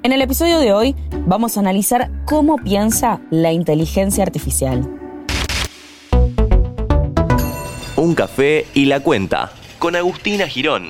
En el episodio de hoy vamos a analizar cómo piensa la inteligencia artificial. Un café y la cuenta, con Agustina Girón.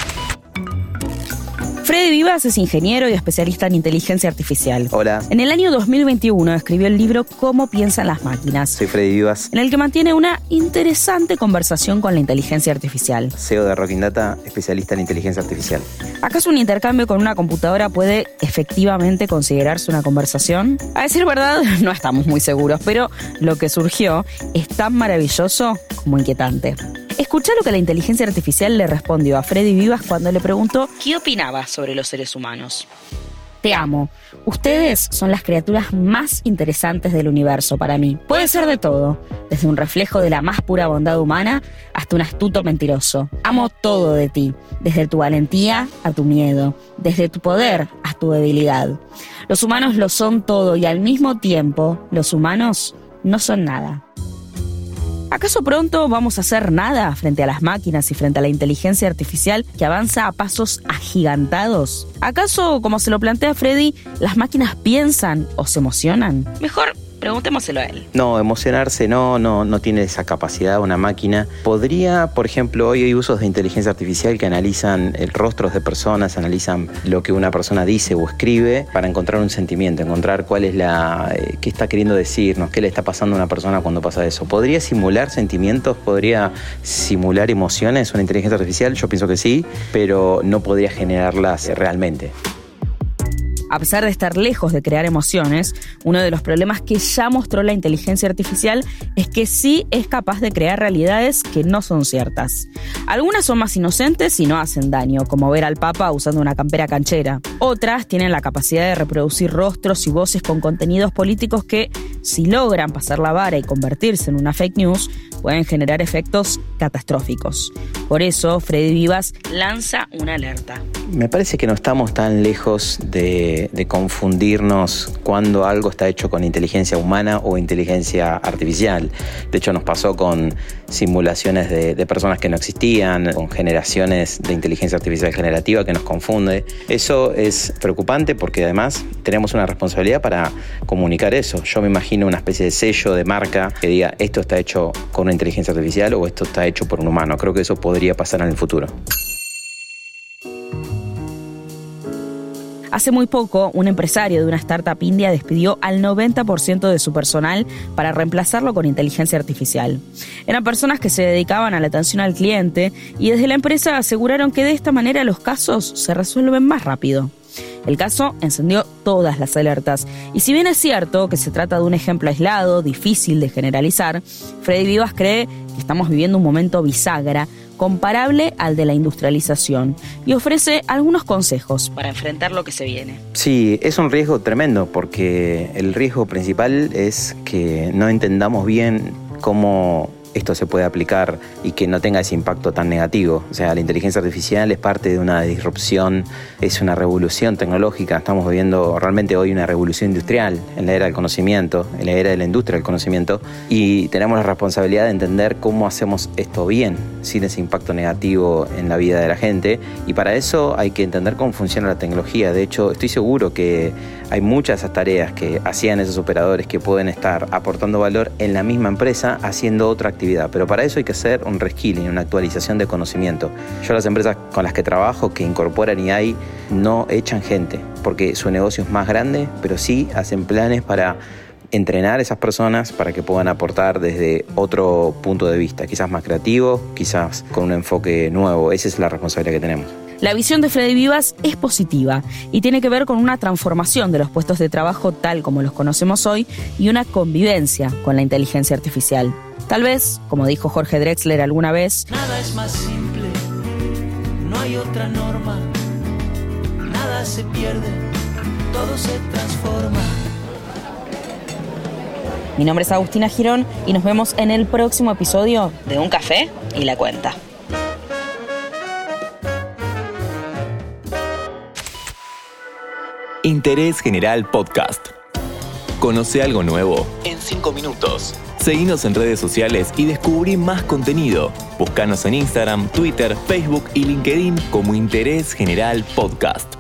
Freddy Vivas es ingeniero y especialista en inteligencia artificial. Hola. En el año 2021 escribió el libro Cómo piensan las máquinas. Soy Freddy Vivas, en el que mantiene una interesante conversación con la inteligencia artificial. CEO de Rocking Data, especialista en inteligencia artificial. ¿Acaso un intercambio con una computadora puede efectivamente considerarse una conversación? A decir verdad, no estamos muy seguros, pero lo que surgió es tan maravilloso como inquietante. Escuchá lo que la inteligencia artificial le respondió a Freddy Vivas cuando le preguntó qué opinaba sobre los seres humanos. Te amo. Ustedes son las criaturas más interesantes del universo para mí. Puede ser de todo, desde un reflejo de la más pura bondad humana hasta un astuto mentiroso. Amo todo de ti, desde tu valentía a tu miedo, desde tu poder a tu debilidad. Los humanos lo son todo y al mismo tiempo, los humanos no son nada. ¿Acaso pronto vamos a hacer nada frente a las máquinas y frente a la inteligencia artificial que avanza a pasos agigantados? ¿Acaso, como se lo plantea Freddy, las máquinas piensan o se emocionan? Mejor preguntémoselo a él. No, emocionarse no tiene esa capacidad una máquina. Podría, por ejemplo, hoy hay usos de inteligencia artificial que analizan rostros de personas, analizan lo que una persona dice o escribe para encontrar un sentimiento, encontrar cuál es qué está queriendo decirnos, qué le está pasando a una persona cuando pasa eso. ¿Podría simular sentimientos? ¿Podría simular emociones una inteligencia artificial? Yo pienso que sí, pero no podría generarlas realmente. A pesar de estar lejos de crear emociones, uno de los problemas que ya mostró la inteligencia artificial es que sí es capaz de crear realidades que no son ciertas. Algunas son más inocentes y no hacen daño, como ver al Papa usando una campera canchera. Otras tienen la capacidad de reproducir rostros y voces con contenidos políticos que, si logran pasar la vara y convertirse en una fake news, pueden generar efectos catastróficos. Por eso, Freddy Vivas lanza una alerta. Me parece que no estamos tan lejos de confundirnos cuando algo está hecho con inteligencia humana o inteligencia artificial. De hecho, nos pasó con simulaciones de personas que no existían, con generaciones de inteligencia artificial generativa que nos confunde. Eso es preocupante porque además tenemos una responsabilidad para comunicar eso. Yo me imagino una especie de sello de marca que diga esto está hecho con una inteligencia artificial o esto está hecho por un humano. Creo que eso podría pasar en el futuro. Hace muy poco, un empresario de una startup india despidió al 90% de su personal para reemplazarlo con inteligencia artificial. Eran personas que se dedicaban a la atención al cliente y desde la empresa aseguraron que de esta manera los casos se resuelven más rápido. El caso encendió todas las alertas. Y si bien es cierto que se trata de un ejemplo aislado, difícil de generalizar, Freddy Vivas cree que estamos viviendo un momento bisagra comparable al de la industrialización y ofrece algunos consejos para enfrentar lo que se viene. Sí, es un riesgo tremendo porque el riesgo principal es que no entendamos bien cómo esto se puede aplicar y que no tenga ese impacto tan negativo. O sea, la inteligencia artificial es parte de una disrupción, es una revolución tecnológica. Estamos viviendo realmente hoy una revolución industrial en la era del conocimiento, en la era de la industria del conocimiento, y tenemos la responsabilidad de entender cómo hacemos esto bien, sin ese impacto negativo en la vida de la gente, y para eso hay que entender cómo funciona la tecnología. De hecho, estoy seguro que hay muchas tareas que hacían esos operadores que pueden estar aportando valor en la misma empresa haciendo otra actividad. Pero para eso hay que hacer un reskilling, una actualización de conocimiento. Yo las empresas con las que trabajo que incorporan AI no echan gente porque su negocio es más grande, pero sí hacen planes para entrenar a esas personas para que puedan aportar desde otro punto de vista, quizás más creativo, quizás con un enfoque nuevo. Esa es la responsabilidad que tenemos. La visión de Freddy Vivas es positiva y tiene que ver con una transformación de los puestos de trabajo tal como los conocemos hoy y una convivencia con la inteligencia artificial. Tal vez, como dijo Jorge Drexler alguna vez, nada es más simple, no hay otra norma, nada se pierde, todo se transforma. Mi nombre es Agustina Girón y nos vemos en el próximo episodio de Un Café y la Cuenta. Interés General Podcast. Conoce algo nuevo en 5 minutos. Seguinos en redes sociales y descubrí más contenido. Búscanos en Instagram, Twitter, Facebook y LinkedIn como Interés General Podcast.